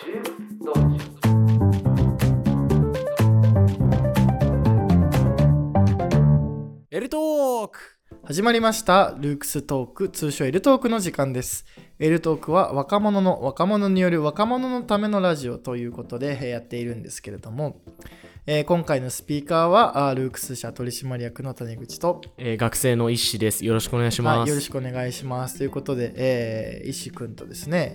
エルトーク始まりました。ルークストーク、通称エルトークの時間です。エルトークは若者による若者のためのラジオということでやっているんですけれども、今回のスピーカーはルークス社取締役の谷口と、 学生の石です。よろしくお願いします。 はい、よろしくお願いしますということで、石くんとですね、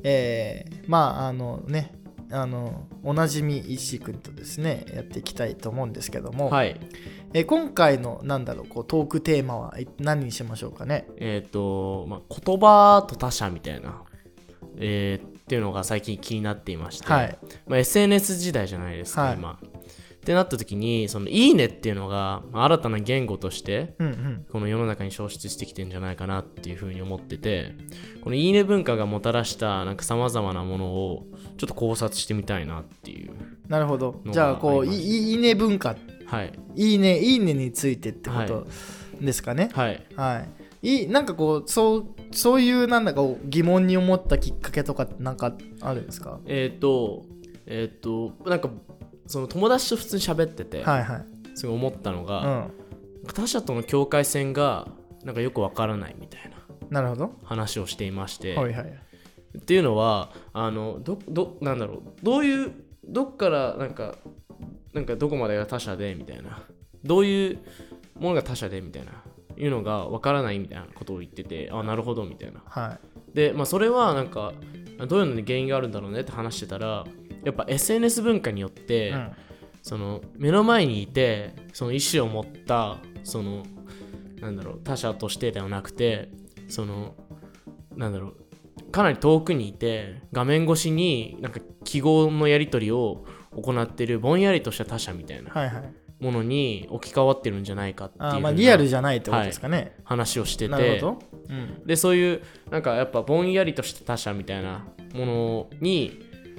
おなじみ石くんとですねやっていきたいと思うんですけども、 はい。 今回のトークテーマは何にしましょうかね。 言葉と他者みたいな、っていうのが最近気になっていまして、 はい。 SNS 時代じゃないですか、 はい、 今。ってなった時に、そのいいねっていうのが新たな言語として、この世の中に消失してきてるんじゃないかなっていうふうに思ってて、このいいね文化がもたらした様々なものをちょっと考察してみたいなっていう。 なるほど。じゃあいいね文化、 はい、 いいねについてってことですかね。 はい、 はい。そういう疑問に思ったきっかけとかなんかあるんですか？ その友達と普通に喋ってて、 はいはい、 すごい思ったのが、他者との境界線がよくわからないみたいなるほど話をしていまして、 はいはい、 っていうのはどっからどこまでが他者でみたいな、どういうものが他者でみたいないうのがわからないみたいなことを言ってて、あ、なるほどみたいな、 はい、 で、それはどういうのに原因があるんだろうねって話してたら、やっぱ SNS 文化によって、その目の前にいてその意思を持った他者としてではなくて、かなり遠くにいて画面越しに記号のやり取りを行っているぼんやりとした他者みたいなものに置き換わってるんじゃないかっていう、 リアルじゃないってことですかね、 話をしてて、 なるほど、 でそういうやっぱぼんやりとした他者みたいなものに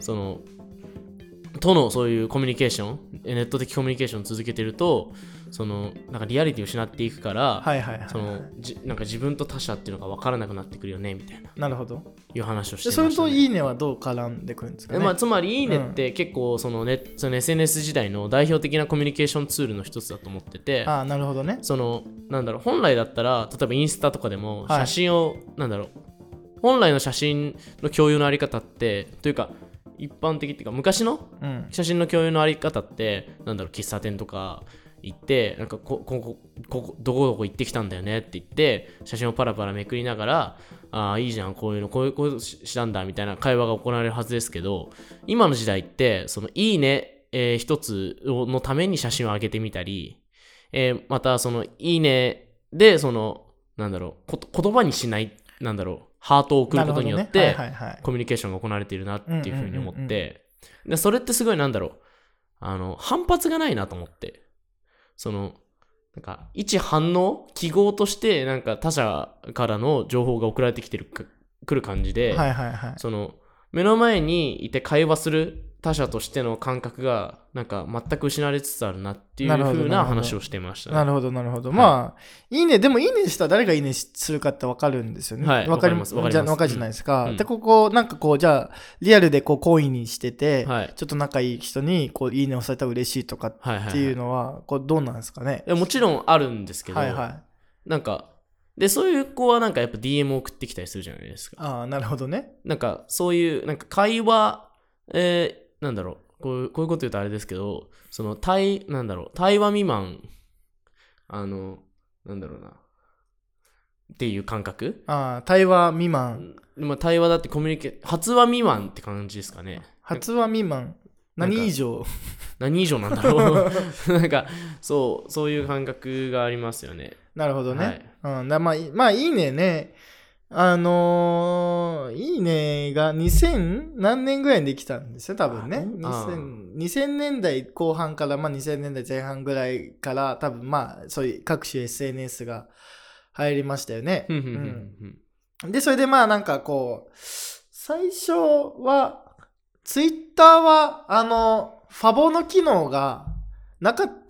そういうコミュニケーション、ネット的コミュニケーションを続けてると、リアリティを失っていくから、自分と他者っていうのが分からなくなってくるよねみたいな。 なるほど。 いう話をしてましたね。 それといいねはどう絡んでくるんですかね。 つまりいいねって結構その SNS 時代の代表的なコミュニケーションツールの一つだと思ってて、 なるほどね。 本来だったら例えばインスタとかでも写真を、本来の写真の共有のあり方ってというか一般的っていうか昔の写真の共有のあり方って、喫茶店とか行ってここどこ行ってきたんだよねって言って写真をパラパラめくりながら、いいじゃんこういうことしたんだみたいな会話が行われるはずですけど、今の時代ってそのいいね、一つのために写真を上げてみたり、またそのいいねで言葉にしないハートを送ることによって、コミュニケーションが行われているなっていうふうに思って、でそれってすごい反発がないなと思って、一反応記号として他者からの情報が送られてくる感じで、目の前にいて会話する他者としての感覚が全く失われつつあるなっていう風な話をしてましたね。 なるほどなるほど、はい、いいね、でもいいねしたら誰がいいねするかって分かるんですよね。 はい、分かります分かるじゃないですか、でここじゃあリアルで好意にしてて、ちょっと仲いい人にいいねをされたら嬉しいとかっていうのはどうなんですかね。 もちろんあるんですけど、でそういう子はやっぱ DM を送ってきたりするじゃないですか。 なるほどね。 そういう会話、こういうこと言うとあれですけど、対話未満っていう感覚。 対話未満。 対話だって発話未満って感じですかね。 発話未満。何以上なんだろうそういう感覚がありますよね。 なるほどね。いいねね。いいねが2000何年ぐらいにできたんですよ多分ね。2000年代後半から2000年代前半ぐらいから多分そういう各種 SNS が入りましたよね。でそれで最初はツイッターはファボの機能がなかった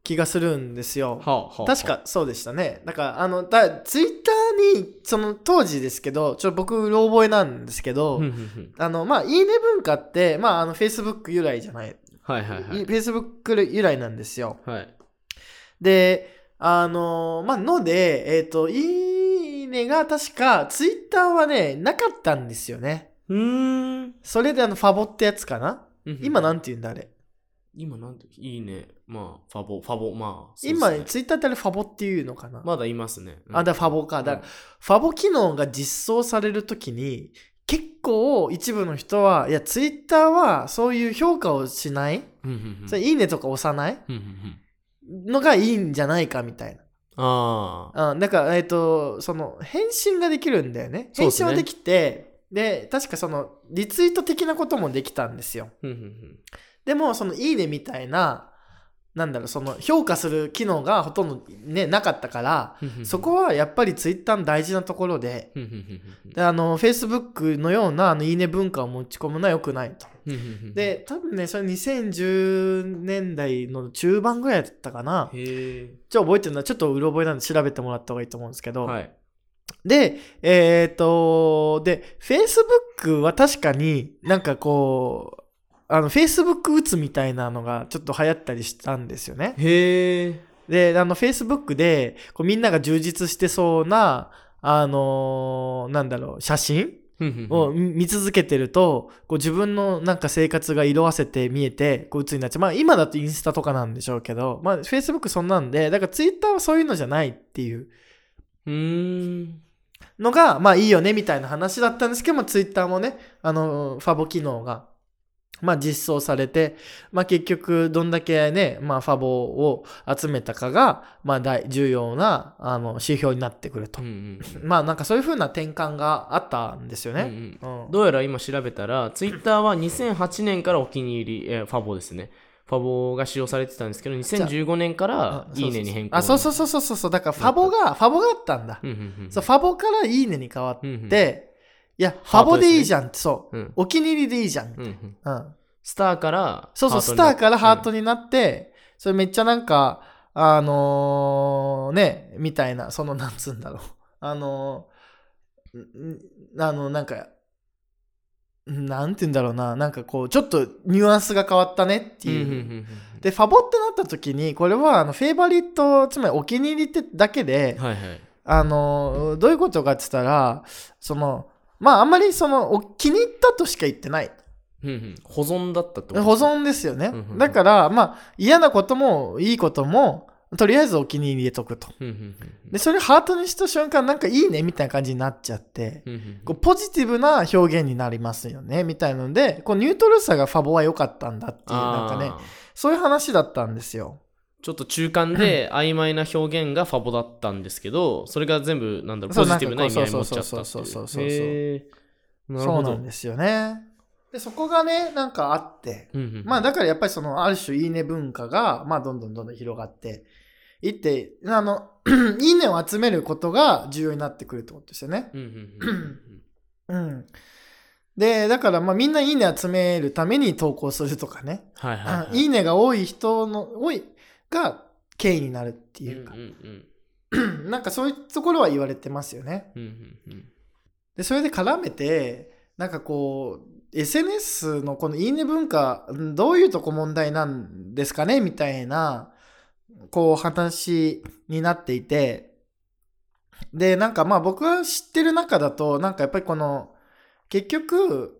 気がするんですよ。確かそうでしたね。だからツイッターにその当時ですけど、僕うろ覚えなんですけど、まあいいね文化ってまあFacebook 由来じゃない。Facebook 由来なんですよ。はい。で、まあのでいいねが確かツイッターはねなかったんですよね。それでファボってやつかな。今なんて言うんだあれ。 今なんていいね。まあ、ファボ、まあ、 ね、今、ツイッターってあれファボっていうのかな。 まだいますね。 ファボか。だから、ファボ機能が実装されるときに、結構一部の人は、いや、ツイッターはそういう評価をしない、それいいねとか押さないのがいいんじゃないかみたいな。だから、その、返信ができるんだよね。返信はできて、で、確かその、リツイート的なこともできたんですよ。でも、そのいいねみたいな、その評価する機能がほとんどね、なかったから、そこはやっぱりツイッターの大事なところで、Facebook のようないいね文化を持ち込むのは良くないと。で、多分ね、それ2010年代の中盤ぐらいだったかな。覚えてるのはちょっとうろ覚えなんで調べてもらった方がいいと思うんですけど、はい、で、Facebook は確かになんかこう、Facebook 打つみたいなのがちょっと流行ったりしたんですよね。で、Facebook でこうみんなが充実してそうな、写真を見続けてると、こう自分のなんか生活が色あせて見えて、こう鬱になっちゃう。まあ今だとインスタとかなんでしょうけど、まあ Facebook そんなんで、だから Twitter はそういうのじゃないっていう。のが、まあいいよねみたいな話だったんですけども、Twitter もね、ファボ機能が、まあ実装されて、まあ結局どんだけね、まあファボを集めたかが、まあ重要な指標になってくると。まあなんかそういう風な転換があったんですよね。 どうやら今調べたら、ツイッターは2008年からお気に入り、ファボですね。ファボが使用されてたんですけど、2015年からいいねに変更。 そう。だからファボがあったんだ。そう、ファボからいいねに変わって、いや、ファボでいいじゃんって、そう、お気に入りでいいじゃん。 スターからハートになって。そう、スターからハートになって、それめっちゃなんか、ね、みたいな、その、なんつうんだろう。なんか、なんて言うんだろうな、なんかこう、ちょっとニュアンスが変わったねっていう。で、ファボってなった時に、これは、フェイバリット、つまりお気に入りってだけで、どういうことかって言ったら、まあ、あんまり気に入ったとしか言ってない。 保存だったってこと保存ですよね。だから、まあ、嫌なこともいいことも、とりあえずお気に入り入れとくと。で、それハートにした瞬間、なんかいいねみたいな感じになっちゃって、こうポジティブな表現になりますよね、みたいなので、こうニュートラルさがファボは良かったんだっていう、なんかね、そういう話だったんですよ。 ちょっと中間で曖昧な表現がファボだったんですけど、それが全部ポジティブな意味合い持っちゃったっていう。 そうなんですよね。でそこがねなんかあって、まあだからやっぱりある種いいね文化がまあどんどん広がっていっていいねを集めることが重要になってくるってことですよね。でだからまあみんないいね集めるために投稿するとかね、いいねが多い人のが権威になるっていうか、なんかそういうところは言われてますよね。でそれで絡めてなんかこうSNS のこのいいね文化どういうとこ問題なんですかねみたいなこう話になっていて、でなんかまあ僕が知ってる中だとなんかやっぱりこの結局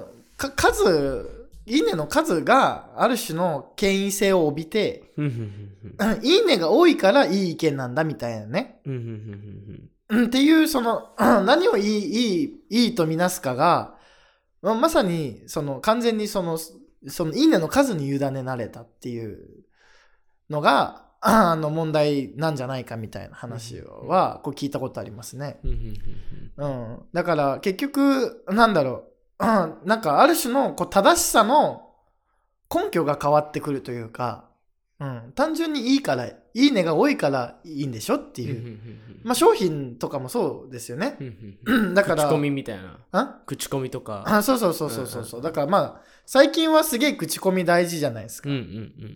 いいねの数がある種の権威性を帯びていいねが多いからいい意見なんだみたいなねっていう何をいいとみなすかがまさに完全にいいねの数に委ねられたっていうのが問題なんじゃないかみたいな話はこう聞いたことありますね。だから結局なんだろうなんかある種のこう正しさの根拠が変わってくるというか、単純にいいからいいねが多いからいいんでしょっていうまあ商品とかもそうですよね。だから口コミみたいな口コミとかそうだからまあ最近はすげえ口コミ大事じゃないですか。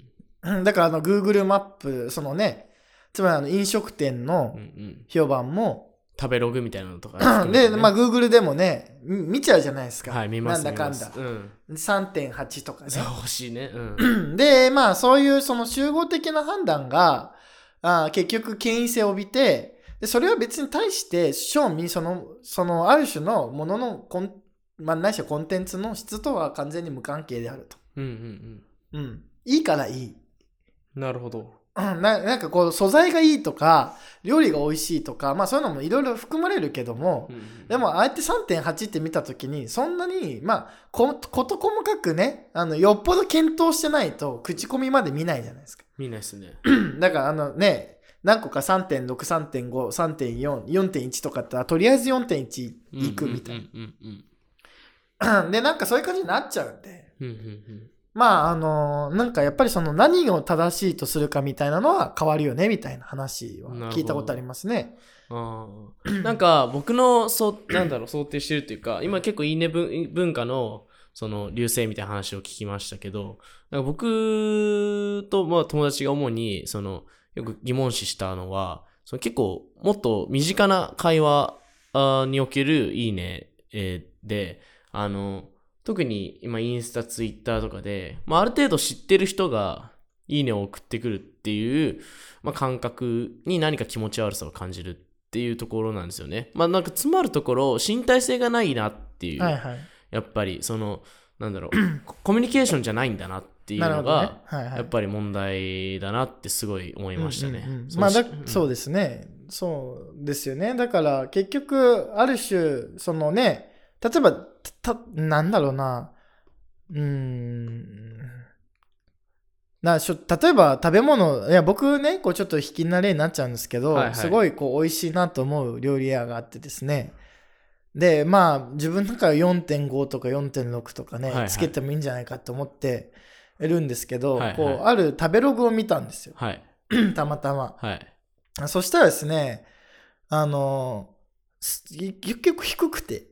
だからGoogle マップ、そのね、つまり飲食店の評判も、 食べログみたいなのとか、 ね。で、まあ Google でもね、見ちゃうじゃないですか。 はい、見ます。 なんだかんだ。3.8 とかね。 そう、欲しいね。 で、まあそういうその集合的な判断が、結局権威性を帯びて、でそれは別に対して正味そのある種のもののないしはコンテンツの質とは完全に無関係であると。いいからいい。 なるほど。 なんかこう素材がいいとか料理が美味しいとか、まあそういうのもいろいろ含まれるけども、でもあえて 3.8 って見た時にそんなにまあ事細かくねよっぽど検討してないと口コミまで見ないじゃないですか。 見ないですね。 だからね、何個か 3.6、3.5、3.4、4.1 とかってとりあえず 4.1 いくみたいな。でなんかそういう感じになっちゃうんで。まあなんかやっぱりその何を正しいとするかみたいなのは変わるよねみたいな話は聞いたことありますね。 なんか僕の想定してるっていうか、今結構いいね文化のその流星みたいな話を聞きましたけど、なんか僕とまあ友達が主にそのよく疑問視したのは、その結構もっと身近な会話におけるいいね、で特に今インスタ、ツイッターとかで、まあ、ある程度知ってる人がいいねを送ってくるっていう、まあ、感覚に何か気持ち悪さを感じるっていうところなんですよね。まあなんか詰まるところ身体性がないなっていう、やっぱりそのコミュニケーションじゃないんだなっていうのが、やっぱり問題だなってすごい思いましたね。 まあそうですね。そうですよね。だから結局ある種そのね、例えばなんだろうな、例えば食べ物、いや僕ねこうちょっと引きな例になっちゃうんですけど、すごいこう美味しいなと思う料理屋があってですね、でまあ自分の中で 4.5 とか 4.6 とかね、つけてもいいんじゃないかと思ってるんですけど、こうある食べログを見たんですよ、たまたま、そしたらですね結構低くて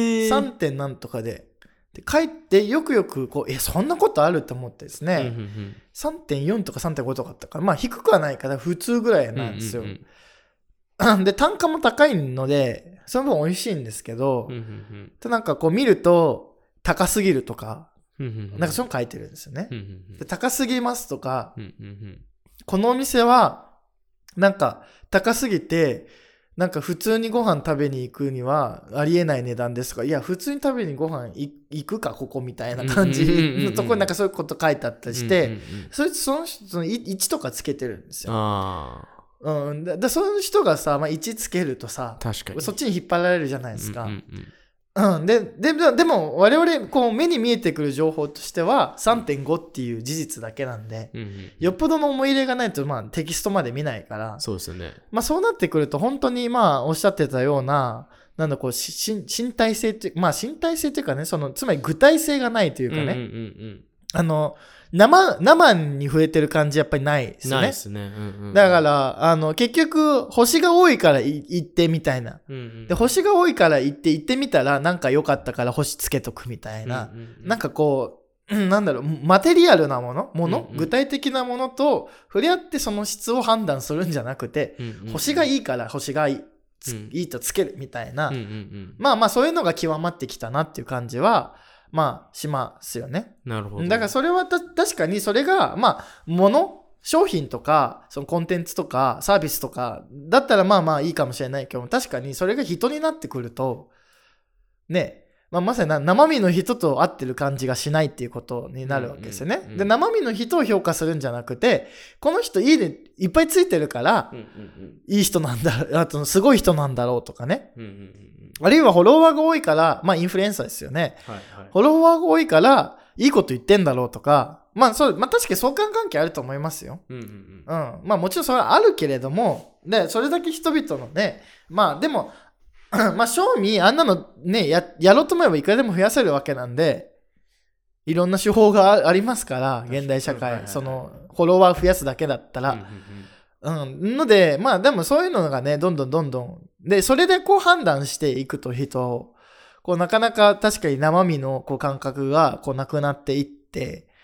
3. 点なんとかで帰ってよくよくこうそんなことあると思ってですね、3.4 とか 3.5 とかあったから、まあ低くはないから普通ぐらいなんですよ、で単価も高いのでその分美味しいんですけど、なんかこう見ると高すぎるとか、なんかそういうの書いてるんですよね、で高すぎますとか、このお店はなんか高すぎてなんか普通にご飯食べに行くにはありえない値段ですとか、いや普通に食べにご飯行くかここみたいな感じのところになんかそういうこと書いてあったりして、その人の1とかつけてるんですよ。だその人がさ、まあ、1つけるとさ、そっちに引っ張られるじゃないですか。でも我々こう目に見えてくる情報としては 3.5 っていう事実だけなんで、よっぽどの思い入れがないとまあテキストまで見ないから、 そうですよね。 まあそうなってくると本当にまあおっしゃってたようななんだこう身体性ってまあ身体性というかね、そのつまり具体性がないというかね、生に触れてる感じやっぱりないですよね。 ないですね。 だから結局星が多いから行ってみたいな、で星が多いから行ってみたらなんか良かったから星つけとくみたいな、なんかこうなんだろう、マテリアルなもの、具体的なものと触れ合ってその質を判断するんじゃなくて、星がいいから星がいいとつけるみたいな、まあまあそういうのが極まってきたなっていう感じはまあしますよね。 なるほど。 だからそれは確かにそれがまあ商品とかそのコンテンツとかサービスとかだったらまあまあいいかもしれないけど、確かにそれが人になってくるとね、まあ、まさに生身の人と合ってる感じがしないっていうことになるわけですよね。で生身の人を評価するんじゃなくて、この人いいねいっぱいついてるから、いい人なんだ、あとすごい人なんだろうとかね、あるいはフォロワーが多いから、まあインフルエンサーですよね、フォロワーが多いからいいこと言ってんだろうとか、まあ確かに相関関係あると思いますよ。まあもちろんそれはあるけれども、でそれだけ人々のね、まあでもまあ正味あんなのね やろうと思えばいくらでも増やせるわけなんで、いろんな手法がありますから、現代社会、そのフォロワー増やすだけだったら、のでまあでもそういうのがねどんどんでそれでこう判断していくと人をこうなかなか確かに生身のこう感覚がこうなくなっていって、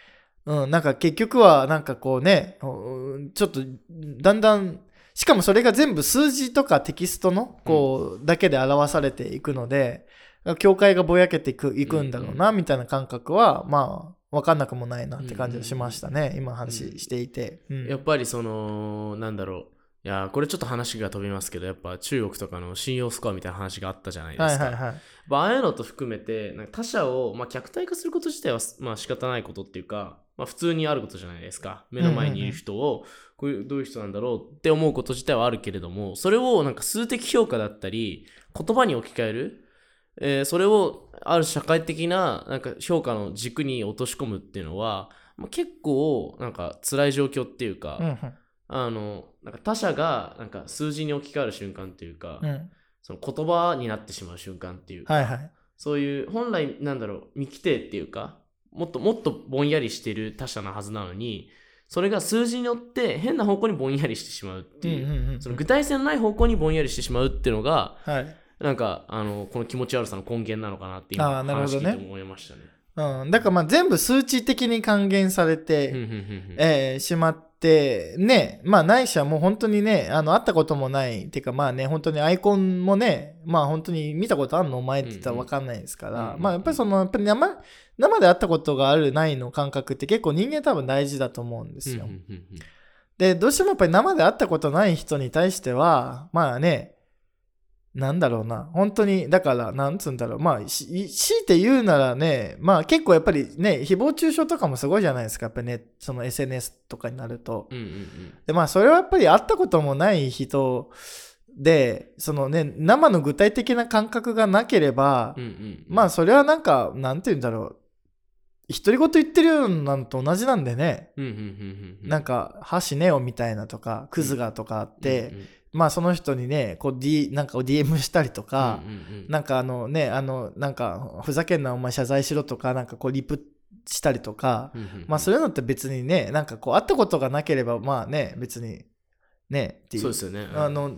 なんか結局はなんかこうね、ちょっとだんだん、しかもそれが全部数字とかテキストのこうだけで表されていくので、境界がぼやけていくんだろうなみたいな感覚はまあ分かんなくもないなって感じがしましたね、今話していて、 やっぱりなんだろう、いやこれちょっと話が飛びますけど、やっぱ中国とかの信用スコアみたいな話があったじゃないですか。ああいうのと含めてなんか他者を、客体化すること自体は仕方ないことっていうか、普通にあることじゃないですか。目の前にいる人を、どういう人なんだろうって思うこと自体はあるけれども、それをなんか数的評価だったり言葉に置き換える、それをある社会的ななんか評価の軸に落とし込むっていうのは、結構なんか辛い状況っていうか、なんか他者がなんか数字に置き換わる瞬間っていうか、その言葉になってしまう瞬間っていうか、そういう本来なんだろう、未規定っていうか、もっとぼんやりしてる他者なはずなのに、それが数字によって変な方向にぼんやりしてしまうっていう、その具体性のない方向にぼんやりしてしまうっていうのが、なんかこの気持ち悪さの根源なのかなって今話聞いて思いましたね。 だから全部数値的に還元されてしまってね、ないしはもう本当にね、会ったこともないっていうか、本当にアイコンもね、本当に見たことあるのお前って言ったら分かんないですから、やっぱりやっぱり生で会ったことがあるないの感覚って結構人間多分大事だと思うんですよ。で、どうしてもやっぱり生で会ったことない人に対しては、なんだろうな。本当に、だから、なんつうんだろう。強いて言うならね、結構やっぱりね、誹謗中傷とかもすごいじゃないですか。やっぱりね、その SNS とかになると。で、それはやっぱり会ったこともない人で、そのね、生の具体的な感覚がなければ、それはなんか、なんて言うんだろう。独り言言ってるのと同じなんでね。なんか、箸ねよみたいなとか、クズがとかあって、その人にね、こうなんか DM したりとか、なんかなんかふざけんなお前謝罪しろとか、なんかこうリプしたりとか、そういうのって別にね、なんかこう会ったことがなければ別にねっていう。 そうですよね。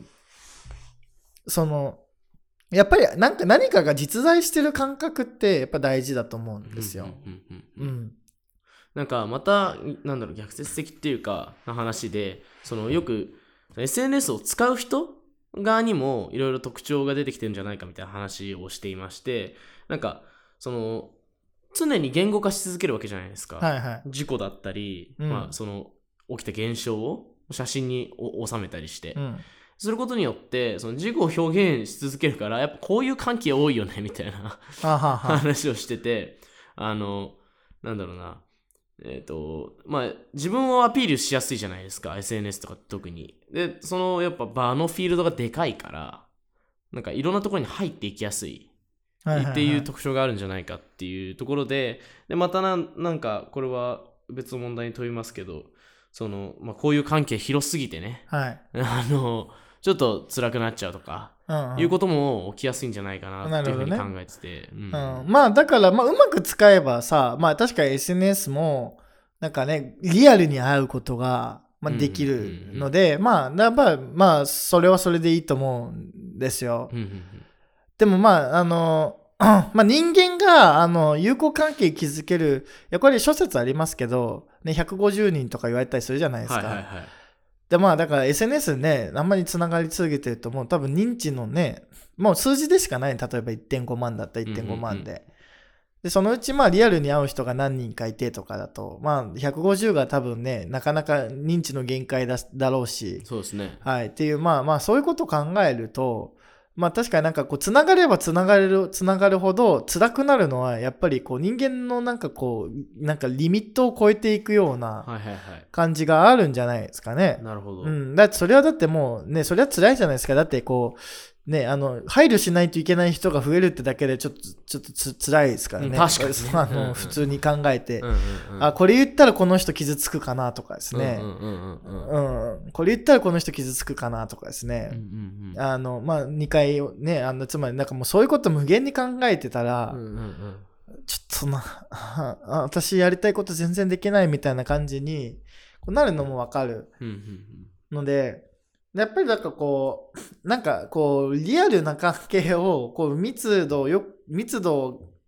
やっぱり何かが実在してる感覚ってやっぱ大事だと思うんですよ。 なんかまたなんだろう、逆説的っていうかな話で、よくSNS を使う人側にもいろいろ特徴が出てきてるんじゃないかみたいな話をしていまして、なんか常に言語化し続けるわけじゃないですか。事故だったり、起きた現象を写真に収めたりして、することによってその事故を表現し続けるから、やっぱこういう関係多いよねみたいな話をしてて、なんだろうな、自分をアピールしやすいじゃないですか、 SNS とか特に。でやっぱ場のフィールドがでかいから、なんかいろんなところに入っていきやすいっていう特徴があるんじゃないかっていうところで、またなんかこれは別の問題に問いますけど、こういう関係広すぎてね、ちょっと辛くなっちゃうとか、いうことも起きやすいんじゃないかなっていうふうに考えてて、 だからうまく使えばさ、確かに SNS もなんかね、リアルに会うことができるので、それはそれでいいと思うんですよ。でも人間が友好関係築ける、これ諸説ありますけど、ね、150人とか言われたりするじゃないですか。でだから SNS ね、あんまりつながり続けてると、もう多分認知のね、もう数字でしかない。例えば 1.5 万だったら 1.5 万で。で、そのうちリアルに会う人が何人かいてとかだと、150が多分ね、なかなか認知の限界だろうし。 そうですね。 はい。っていう、そういうことを考えると、確かになんかこう、つながればつながるほど辛くなるのは、やっぱりこう、人間のなんかこう、なんかリミットを超えていくような感じがあるんじゃないですかね。 なるほど。 だってそれはだってもうね、それは辛いじゃないですか。だってこう、ね、配慮しないといけない人が増えるってだけでちょっと辛いですからね。 確かに。 普通に考えて。これ言ったらこの人傷つくかなとかですね。これ言ったらこの人傷つくかなとかですね。2回ね、つまりなんかもうそういうこと無限に考えてたら、ちょっと私やりたいこと全然できないみたいな感じになるのもわかるので、やっぱりなんかこうリアルな関係をこう密度を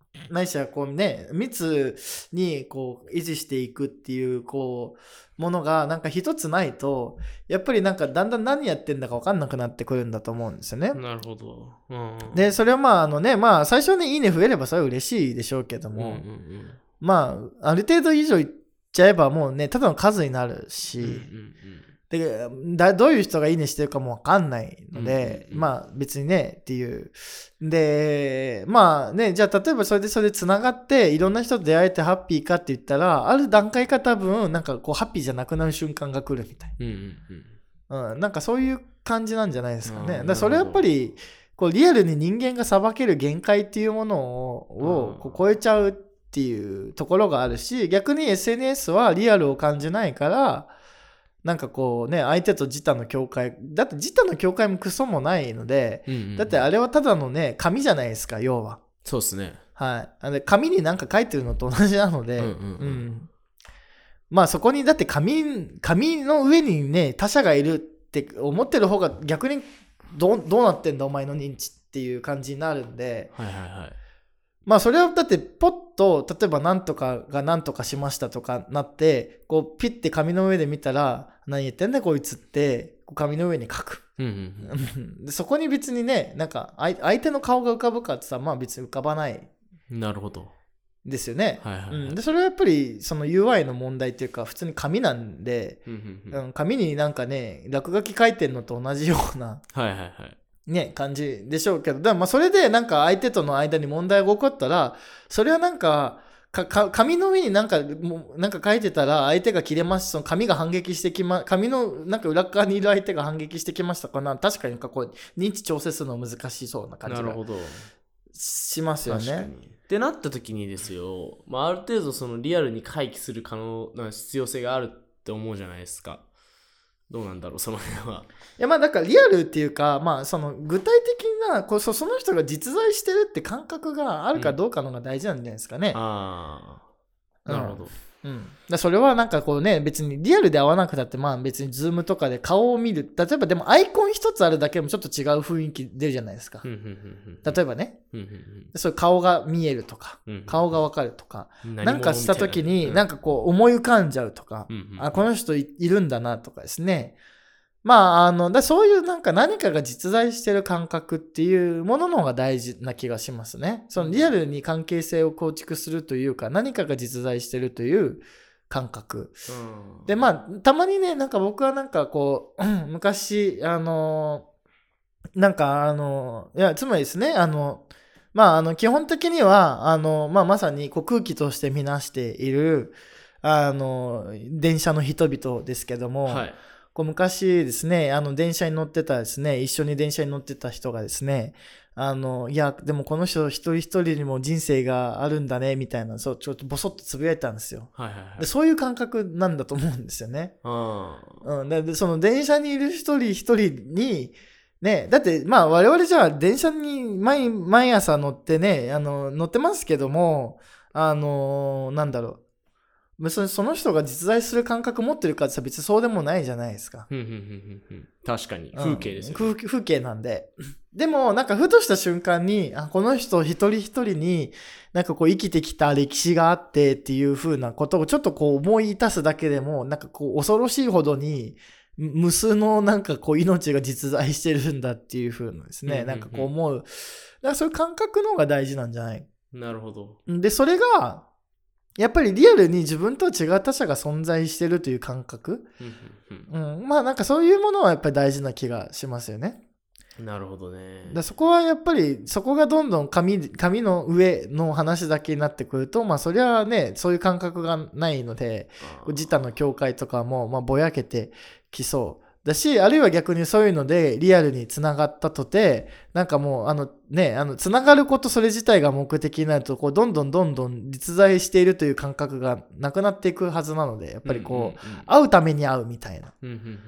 ないしはこうね、密にこう維持していくっていうこうものがなんか一つないと、やっぱりなんかだんだん何やってんだか分かんなくなってくるんだと思うんですよね。 なるほど。 で、それはまあまあ最初にいいね増えればそれは嬉しいでしょうけども、まあある程度以上いっちゃえばもうね、ただの数になるし、でどういう人がいいねしてるかも分かんないので、まあ別にねっていう。で、まあね、じゃあ例えばそれでつながっていろんな人と出会えてハッピーかって言ったら、ある段階か多分なんかこうハッピーじゃなくなる瞬間が来るみたいな。なんかそういう感じなんじゃないですかね。だからそれはやっぱりこうリアルに人間が裁ける限界っていうものをこう超えちゃうっていうところがあるし、逆に SNS はリアルを感じないから、なんかこうね、相手と自他の境界、だって自他の境界もクソもないので、だってあれはただのね、紙じゃないですか、要は。 そうですね。 はい。紙になんか書いてるのと同じなので、まあそこにだって紙の上にね、他者がいるって思ってる方が逆にどうなってんだお前の認知っていう感じになるんで、まあそれはだってポッと例えば何とかが何とかしましたとかなってこうピッて紙の上で見たら何言ってんだこいつってこう紙の上に書く、でそこに別にねなんか相手の顔が浮かぶかってさまあ別に浮かばないなるほどですよね。でそれはやっぱりその UI の問題っていうか普通に紙なんで、紙になんかね落書き書いてんのと同じようなね、感じでしょうけど、でもまあそれでなんか相手との間に問題が起こったら、それはなんか、紙の上になんか書いてたら相手が切れます。その紙が反撃して紙のなんか裏側にいる相手が反撃してきましたかな。確かにこう認知調整するの難しそうな感じがしますよね。 確かにってなった時にですよ、まあ、ある程度そのリアルに回帰する可能な必要性があるって思うじゃないですか。どうなんだろうその辺は。 いやまあだからリアルっていうかまあその具体的なその人が実在してるって感覚があるかどうかのが大事なんじゃないですかね。 なるほど。 だそれはなんかこうね別にリアルで会わなくたってまあ別にズームとかで顔を見る例えばでもアイコン一つあるだけでもちょっと違う雰囲気出るじゃないですか。例えばね、そういう顔が見えるとか、顔がわかるとか、なんかした時になんかこう思い浮かんじゃうとか、あこの人いるんだなとかですね。まあそういうなんか何かが実在してる感覚っていうものの方が大事な気がしますね。そのリアルに関係性を構築するというか何かが実在してるという感覚、でまあたまにねなんか僕はなんかこう昔なんかいやつまりですねまあ基本的にはまあまさにこう空気として見なしている電車の人々ですけども、こう昔ですね電車に乗ってたですね一緒に電車に乗ってた人がですねいやでもこの人一人一人にも人生があるんだねみたいなちょっとボソッとつぶやいたんですよ。でそういう感覚なんだと思うんですよね。でその電車にいる一人一人にねだってまあ我々じゃあ電車に毎朝乗ってね乗ってますけどもなんだろうその人が実在する感覚持ってるかって別にそうでもないじゃないですか。 確かに風景ですよね。 風景なんで。でもなんかふとした瞬間にこの人一人一人になんかこう生きてきた歴史があってっていう風なことをちょっとこう思い出すだけでもなんかこう恐ろしいほどに無数のなんかこう命が実在してるんだっていう風なですね、なんかこう思う。だからそういう感覚の方が大事なんじゃない？ なるほど。 でそれがやっぱりリアルに自分とは違う他者が存在してるという感覚、まあなんかそういうものはやっぱり大事な気がしますよね。 なるほどね。 そこはやっぱりそこがどんどん紙の上の話だけになってくるとまあそりゃねそういう感覚がないので自他の境界とかもまあぼやけてきそうだし、あるいは逆にそういうのでリアルにつながったとてなんかもうつながることそれ自体が目的になるとこうどんどん実在しているという感覚がなくなっていくはずなのでやっぱりこう、会うために会うみたいな。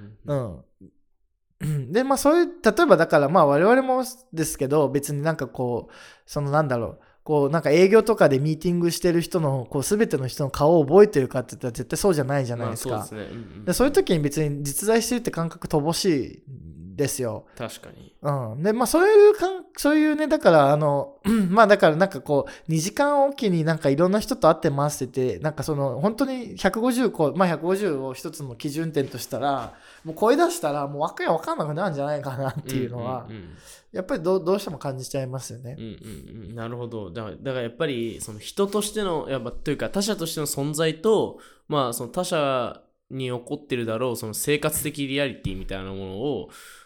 でまあそういう例えばだからまあ我々もですけど別になんかこうそのなんだろうこうなんか営業とかでミーティングしてる人のこう全ての人の顔を覚えてるかって言ったら絶対そうじゃないじゃないですか。そういう時に別に実在してるって感覚乏しいですよ。 確かに。 で、まあそういうね、だからまあだからなんかこう、2時間おきになんかいろんな人と会ってますって言って、なんかその本当に150、まあ150を一つの基準点としたら、もう声出したらもうわかんなくなるんじゃないかなっていうのは、やっぱりどうしても感じちゃいますよね。 なるほど。だからやっぱりその人としての、というか他者としての存在と、まあその他者に起こってるだろうその生活的リアリティみたいなものを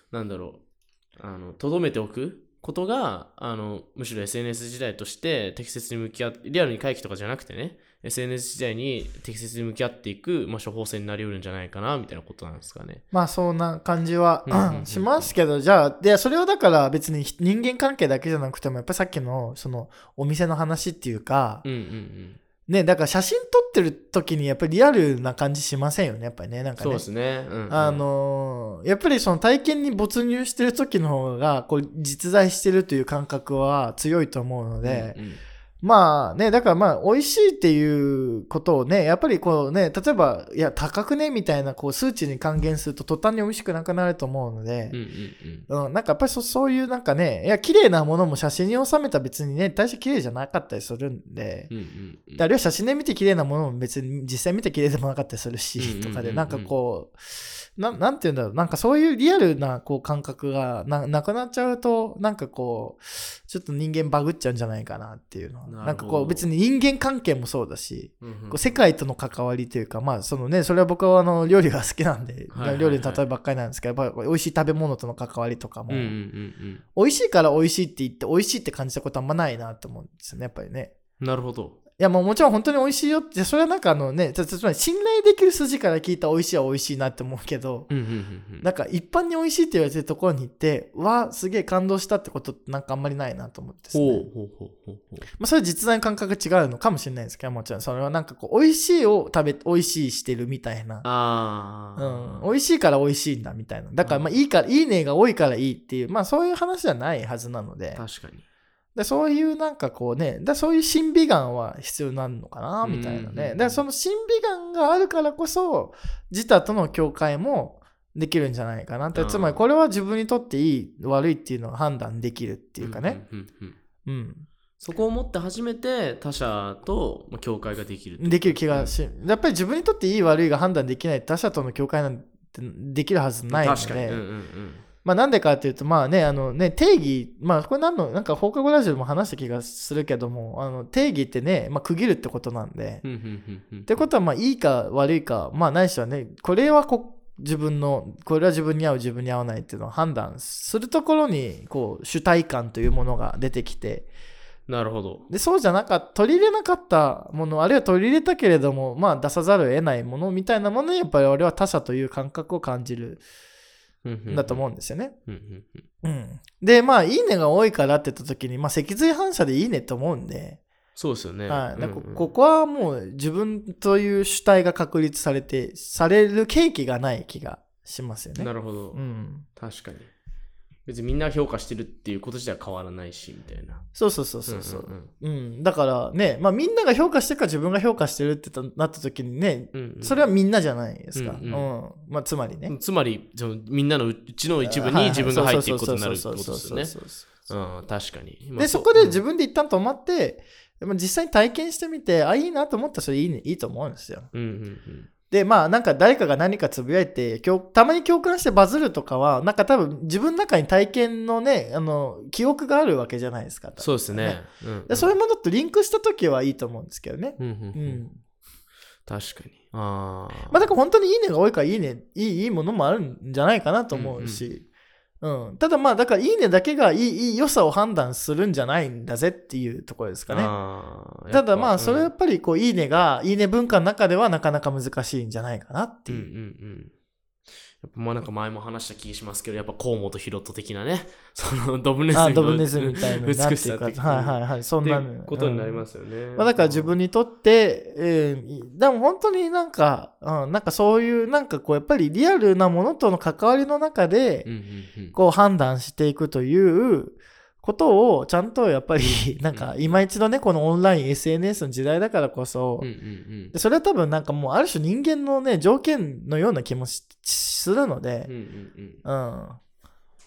留めておくことがむしろ SNS 時代として適切に向き合ってリアルに回帰とかじゃなくてね SNS 時代に適切に向き合っていく、処方箋になりうるんじゃないかなみたいなことなんですかね。 まあそんな感じはしますけど、じゃあそれはだから別に人間関係だけじゃなくてもやっぱりさっきのそのお店の話っていうか、ね、だから写真撮ってる時にやっぱりリアルな感じしませんよね、やっぱりね。なんかね。 そうですね。 やっぱりその体験に没入してる時の方がこう実在してるという感覚は強いと思うので、まあね、だからまあ美味しいっていうことをね、やっぱりこうね、例えばいや高くねみたいなこう数値に還元すると途端に美味しくなくなると思うので、なんかやっぱりそういうなんかね、いや綺麗なものも写真に収めたら別にね、大して綺麗じゃなかったりするんで、あるいは写真で見て綺麗なものも別に実際見て綺麗でもなかったりするし、とかでなんかこう。なんていうんだろう、なんかそういうリアルなこう感覚がなくなっちゃうと、なんかこう、ちょっと人間バグっちゃうんじゃないかなっていうの。なんかこう別に人間関係もそうだし、こう世界との関わりというか、まあそのね、それは僕は料理が好きなんで、料理の例えばっかりなんですけど、やっぱり美味しい食べ物との関わりとかも、美味しいから美味しいって言って美味しいって感じたことあんまないなと思うんですよね、やっぱりね。 なるほど。 いやもちろん本当に美味しいよって、それはなんかね、つまり信頼できる筋から聞いた美味しいは美味しいなって思うけど、なんか一般に美味しいって言われてるところに行って、すげえ感動したってことってなんかあんまりないなと思ってですね。まあそれは実在の感覚が違うのかもしれないですけど、もちろんそれはなんかこう美味しいを美味しいしてるみたいな。美味しいから美味しいんだみたいな。だからまあいいねが多いからいいっていう、まあそういう話じゃないはずなので。 確かに。 そういうなんかこうね、そういう審美眼は必要になるのかなみたいなね。だからその審美眼があるからこそ自他との境界もできるんじゃないかなって。つまりこれは自分にとっていい悪いっていうのを判断できるっていうかね。 そこをもって初めて他者と境界ができる、 できる気がし、やっぱり自分にとっていい悪いが判断できない他者との境界なんてできるはずないので。確かに。まあなんでかっていうと、まあね、定義、まあこれなんか放課後ラジオでも話した気がするけども、定義ってね、まあ区切るってことなんで、ってことはまあいいか悪いか、まあないしはね、これはこれは自分に合う自分に合わないっていうのを判断するところに、こう主体感というものが出てきて、 なるほど。 で、そうじゃなかった、取り入れなかったもの、あるいは取り入れたけれども、まあ出さざるを得ないものみたいなものにやっぱり俺は他者という感覚を感じる。だと思うんですよね。で、まあ、いいねが多いからって言った時に、まあ、脊髄反射でいいねって思うんで。 そうですよね。 はい。ここはもう自分という主体が確立される契機がない気がしますよね。 なるほど。確かに。別にみんな評価してるっていうこと自体は変わらないしみたいな。 そう。だからね、まあみんなが評価してるか自分が評価してるってなった時にね、それはみんなじゃないですか。まあつまりね。 つまりみんなのうちの一部に自分が入っていくことになるってことですよね。確かに。 で、そこで自分で一旦止まって、実際に体験してみて、いいなと思ったらそれいいと思うんですよ。で、まあなんか誰かが何かつぶやいて、たまに共感してバズるとかは、なんか多分自分の中に体験のね、記憶があるわけじゃないですか。 そうですね。 でそういうものとリンクしたときはいいと思うんですけどね。 確かに。 まあだから本当にいいねが多いからいいものもあるんじゃないかなと思うし。ただまあだからいいねだけがいい良さを判断するんじゃないんだぜっていうところですかね。ただまあそれはやっぱりこういいね文化の中ではなかなか難しいんじゃないかなっていう。 やっぱまあなんか前も話した気がしますけど、やっぱ河本ロト的なね、そのドブネズミみたいな美しさ的なそんなことになりますよね。 だから自分にとって、でも本当になんかそういうなんかこうやっぱりリアルなものとの関わりの中でこう判断していくということをちゃんとやっぱりなんか今一度ねこのオンライン SNS の時代だからこそ、それは多分なんかもうある種人間のね条件のような気もするので、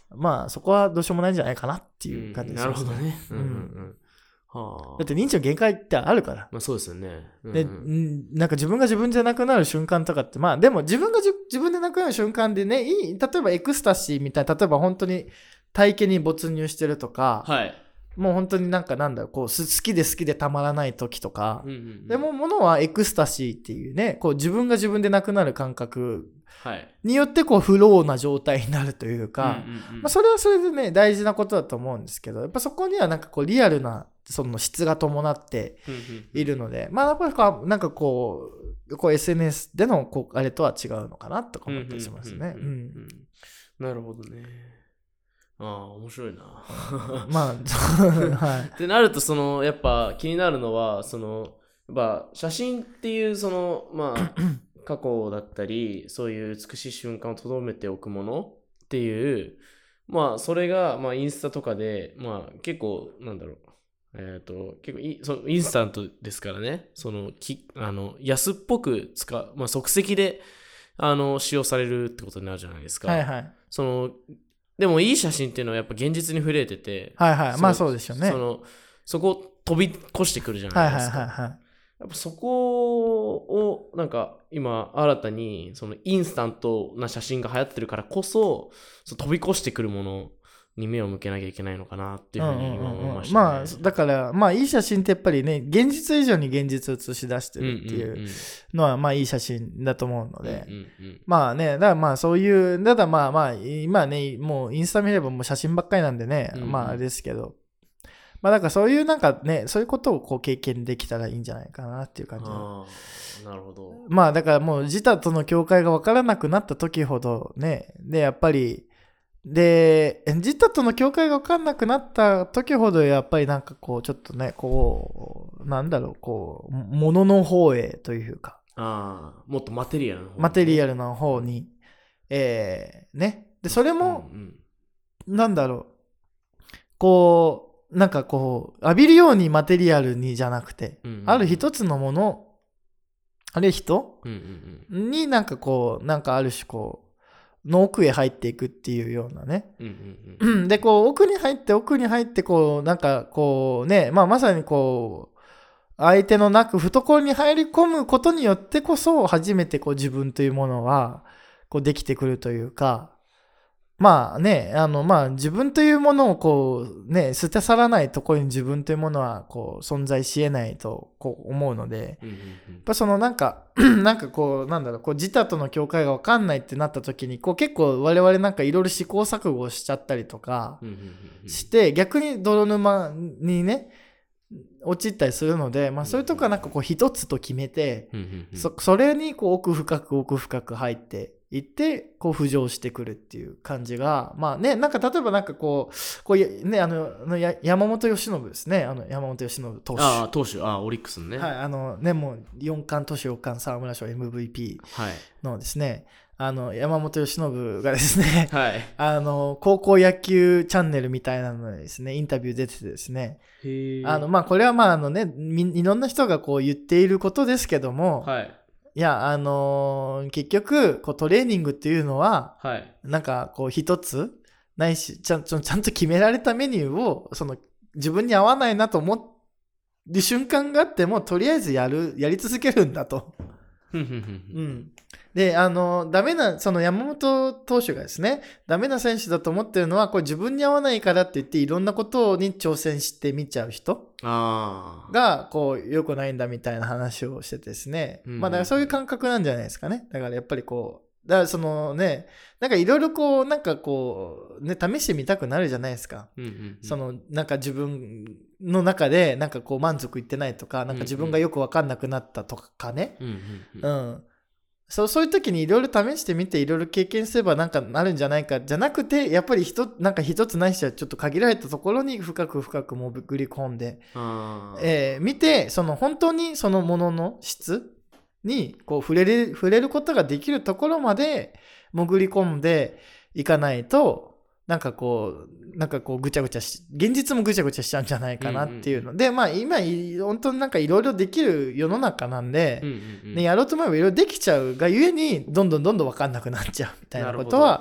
まあそこはどうしようもないんじゃないかなっていう感じです、 なるほどね。はだって認知の限界ってあるから。 まあそうですよね。 で、なんか自分が自分じゃなくなる瞬間とかって、まあでも自分が自分でなくなる瞬間でね、例えばエクスタシーみたいな、例えば本当に体験に没入してるとか、 はい。 もう本当になんだろう、こう好きでたまらない時とか、でもものはエクスタシーっていうね、こう自分が自分でなくなる感覚によってこうフローな状態になるというか、まあそれはそれでね大事なことだと思うんですけど、やっぱそこにはなんかこうリアルなその質が伴っているので、まあやっぱりなんかこう SNS でのこうあれとは違うのかなとか思ったりしますね。 なるほどね。ああ、面白いな。 まあ、はい。 ってなると、やっぱ気になるのは、やっぱ写真っていう、まあ、過去だったり、そういう美しい瞬間を留めておくものっていう、まあ、それが、まあ、インスタとかで、まあ、結構、なんだろう。結構インスタントですからね、安っぽくまあ、即席で、使用されるってことになるじゃないですか。 はいはい。 でもいい写真っていうのはやっぱ現実に触れてて、 はいはい、まあそうですよね。 そこを飛び越してくるじゃないですか。はいはいはいはい。やっぱそこをなんか今新たにインスタントな写真が流行ってるからこそ、飛び越してくるものに目を向けなきゃいけないのかなっていうふうに今思いましたね。 まあだからまあいい写真ってやっぱりね、現実以上に現実を映し出してるっていうのはまあいい写真だと思うので、まあね、だからまあそういうただまあ今ねもうインスタ見ればもう写真ばっかりなんでね、まああれですけど、まあだからそういうなんかね、そういうことをこう経験できたらいいんじゃないかなっていう感じ。 なるほど。 まあだからもう自他との境界が分からなくなった時ほどね、でやっぱりで、自他との境界が分かんなくなった時ほど、やっぱりなんかこう、ちょっとね、こう、なんだろう、こう、物の方へというか。 もっとマテリアルの方、 ね。マテリアルな方に、ね。で、それも、なんだろう、こう、なんかこう、浴びるようにマテリアルにじゃなくて、ある一つのもの、あるいは人、になんかこう、なんかある種こう、の奥へ入っていくっていうようなね。で、こう、奥に入って、こう、なんかこうね、まあまさにこう、相手のなく懐に入り込むことによってこそ、初めてこう自分というものは、こうできてくるというか、まあね、まあ自分というものをこうね、捨て去らないところに自分というものはこう存在し得ないとこう思うので、やっぱなんかこうなんだろう、こう自他との境界が分かんないってなった時にこう結構我々なんかいろいろ試行錯誤しちゃったりとかして逆に泥沼にね陥ったりするので、まあそういうとこはなんかこう一つと決めて、それにこう奥深く入っていってこう浮上してくるっていう感じがまあね、なんか例えばなんかこうね山本由伸ですね、山本由伸投手投手オリックスのね、 はいね、もう4冠投手4冠沢村賞 MVP のですね、山本由伸がですね、 はい、 高校野球チャンネルみたいなのにですねインタビュー出ててですね、まあこれはまあねいろんな人がこう言っていることですけども、はい、いや結局こうトレーニングっていうのは、はい、なんかこう一つないしちゃんと決められたメニューを自分に合わないなと思う瞬間があってもとりあえずやり続けるんだと。でダメな山本投手がですねダメな選手だと思ってるのはこれ自分に合わないからって言っていろんなことに挑戦してみちゃう人がこう良くないんだみたいな話をしててですね、まあだからそういう感覚なんじゃないですかね。だからやっぱりこうだからねなんかいろいろこうなんかこうね試してみたくなるじゃないですか。なんか自分の中でなんかこう満足いってないとかなんか自分がよく分かんなくなったとかね、そういう時にいろいろ試してみていろいろ経験すればなんかなるんじゃないかじゃなくてやっぱりなんか一つないしはちょっと限られたところに深く潜り込んで、見て本当にそのものの質にこう触れることができるところまで潜り込んでいかないとなんかこうぐちゃぐちゃ現実もぐちゃぐちゃしちゃうんじゃないかなっていうので、まあ今本当になんかいろいろできる世の中なんで、ね、やろうと思えばいろいろできちゃうがゆえにどんどん分かんなくなっちゃうみたいなことは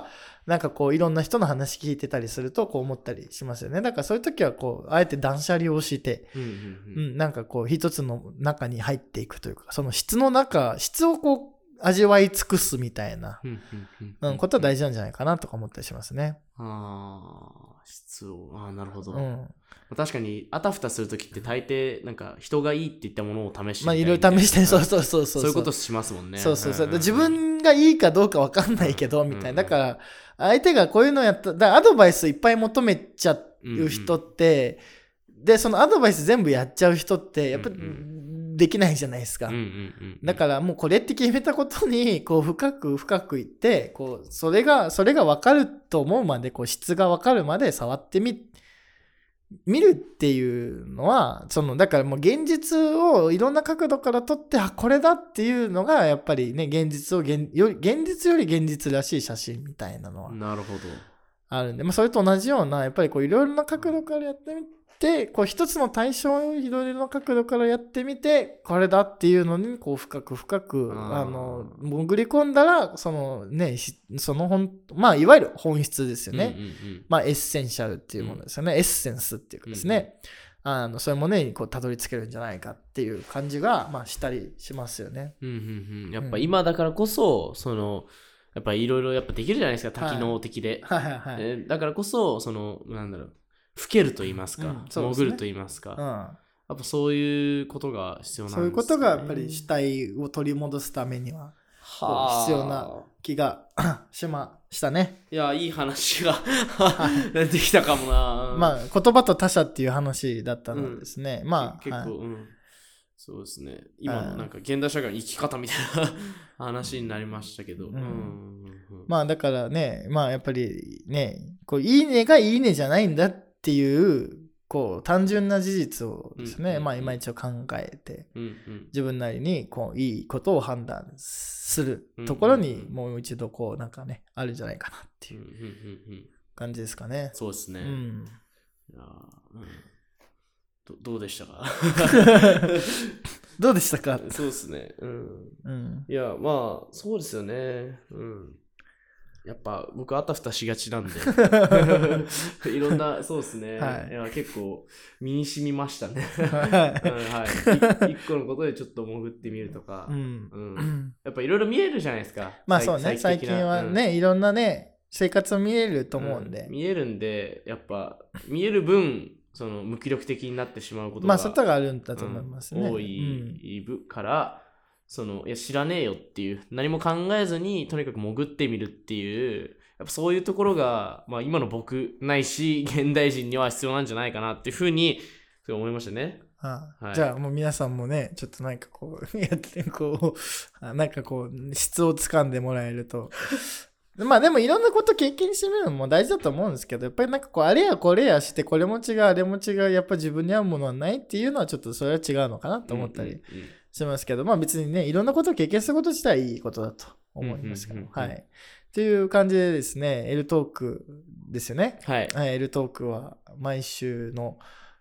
なんかこういろんな人の話聞いてたりするとこう思ったりしますよね。だからそういう時はこうあえて断捨離をして、なんかこう一つの中に入っていくというか、その質をこう味わい尽くすみたいなことは大事なんじゃないかなとか思ったりしますね。 質を、なるほど。確かにあたふたするときって大抵なんか人がいいって言ったものを試していろいろ試して、 そういうことしますもんね。 自分がいいかどうか分かんないけどみたいな。だから相手がこういうのやったアドバイスいっぱい求めちゃう人って、でそのアドバイス全部やっちゃう人ってやっぱできないじゃないですか。だからもうこれって決めたことにこう深くいってこうそれが分かると思うまでこう質が分かるまで触って見るっていうのはだからもう現実をいろんな角度から撮ってこれだっていうのがやっぱりね現実より現実らしい写真みたいなのはあるんで、それと同じようなやっぱりこういろいろな角度からやってみてこう一つの対象をいろいろな角度からやってみてこれだっていうのにこう深く潜り込んだらそのいわゆる本質ですよね。エッセンシャルっていうものですよね。エッセンスっていうかですね、そういうものにこうたどり着けるんじゃないかっていう感じがしたりしますよね。 やっぱ今だからこそやっぱりいろいろやっぱできるじゃないですか、多機能的で。だからこそ老けると言いますか、潜ると言いますか、やっぱそういうことが必要なんですね。 そういうことがやっぱり主体を取り戻すためには必要な気がしましたね。 いや、いい話が出てきたかもな。 言葉と他者っていう話だったのですね。 結構、そうですね。今のなんか現代社会の生き方みたいな話になりましたけど。 だからね、やっぱりね、こういいねがいいねじゃないんだっていうこう単純な事実をですね、今一応考えて、自分なりにこういいことを判断するところにもう一度こうなんかねあるんじゃないかなっていう感じですかね。 そうですね。いや、どうでしたかどうでしたか。 そうですね。いや、そうですよね。やっぱ僕あたふたしがちなんでいろんなそうですね、いや結構身に染みましたね一個のことでちょっと潜ってみるとか、やっぱいろいろ見えるじゃないですか。 そうね、最近はね、いろんなね生活を見えると思うんで、 見えるんでやっぱ見える分無気力的になってしまうことが外があるんだと思いますね。 多いからいや知らねえよっていう何も考えずにとにかく潜ってみるっていうやっぱそういうところが、今の僕ないし現代人には必要なんじゃないかなっていうふうに思いましたね。 じゃあもう皆さんもねちょっとなんかこうやってこうなんかこう質をつかんでもらえるとでもいろんなこと経験してみるのも大事だと思うんですけど、やっぱりなんかこうあれやこれやしてこれも違うあれも違うやっぱ自分に合うものはないっていうのはちょっとそれは違うのかなと思ったりしますけど、別にねいろんなことを経験すること自体いいことだと思いますけど、っていう感じでですね、Lトークですよね。Lトークは毎週の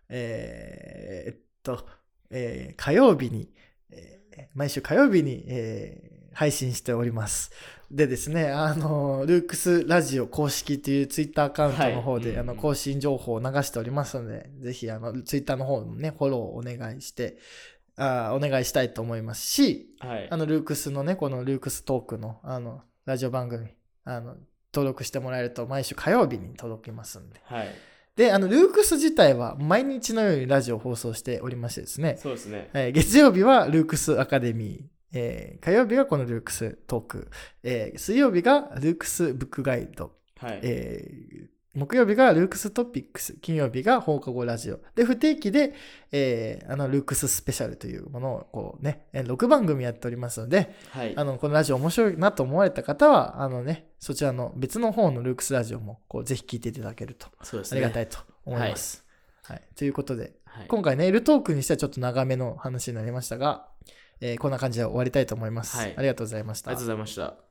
火曜日に、毎週火曜日に、配信しております。でですね、ルークスラジオ公式というツイッターアカウントの方で、更新情報を流しておりますので、ぜひツイッターの方のね、フォローをお願いしたいと思いますし、ルークスのね、このルークストークの、ラジオ番組、登録してもらえると毎週火曜日に届きますんで。で、ルークス自体は毎日のようにラジオを放送しておりましてですね。 そうですね。 月曜日はルークスアカデミー、火曜日がこのルークストーク、水曜日がルークスブックガイド、木曜日がルークストピックス、金曜日が放課後ラジオで、不定期で、ルークススペシャルというものをこうね、6番組やっておりますので、このラジオ面白いなと思われた方はそちらの別の方のルークスラジオもこうぜひ聞いていただけるとありがたいと思います。ということで、今回ね、Lトークにしてはちょっと長めの話になりましたが、こんな感じで終わりたいと思います。ありがとうございました。 ありがとうございました。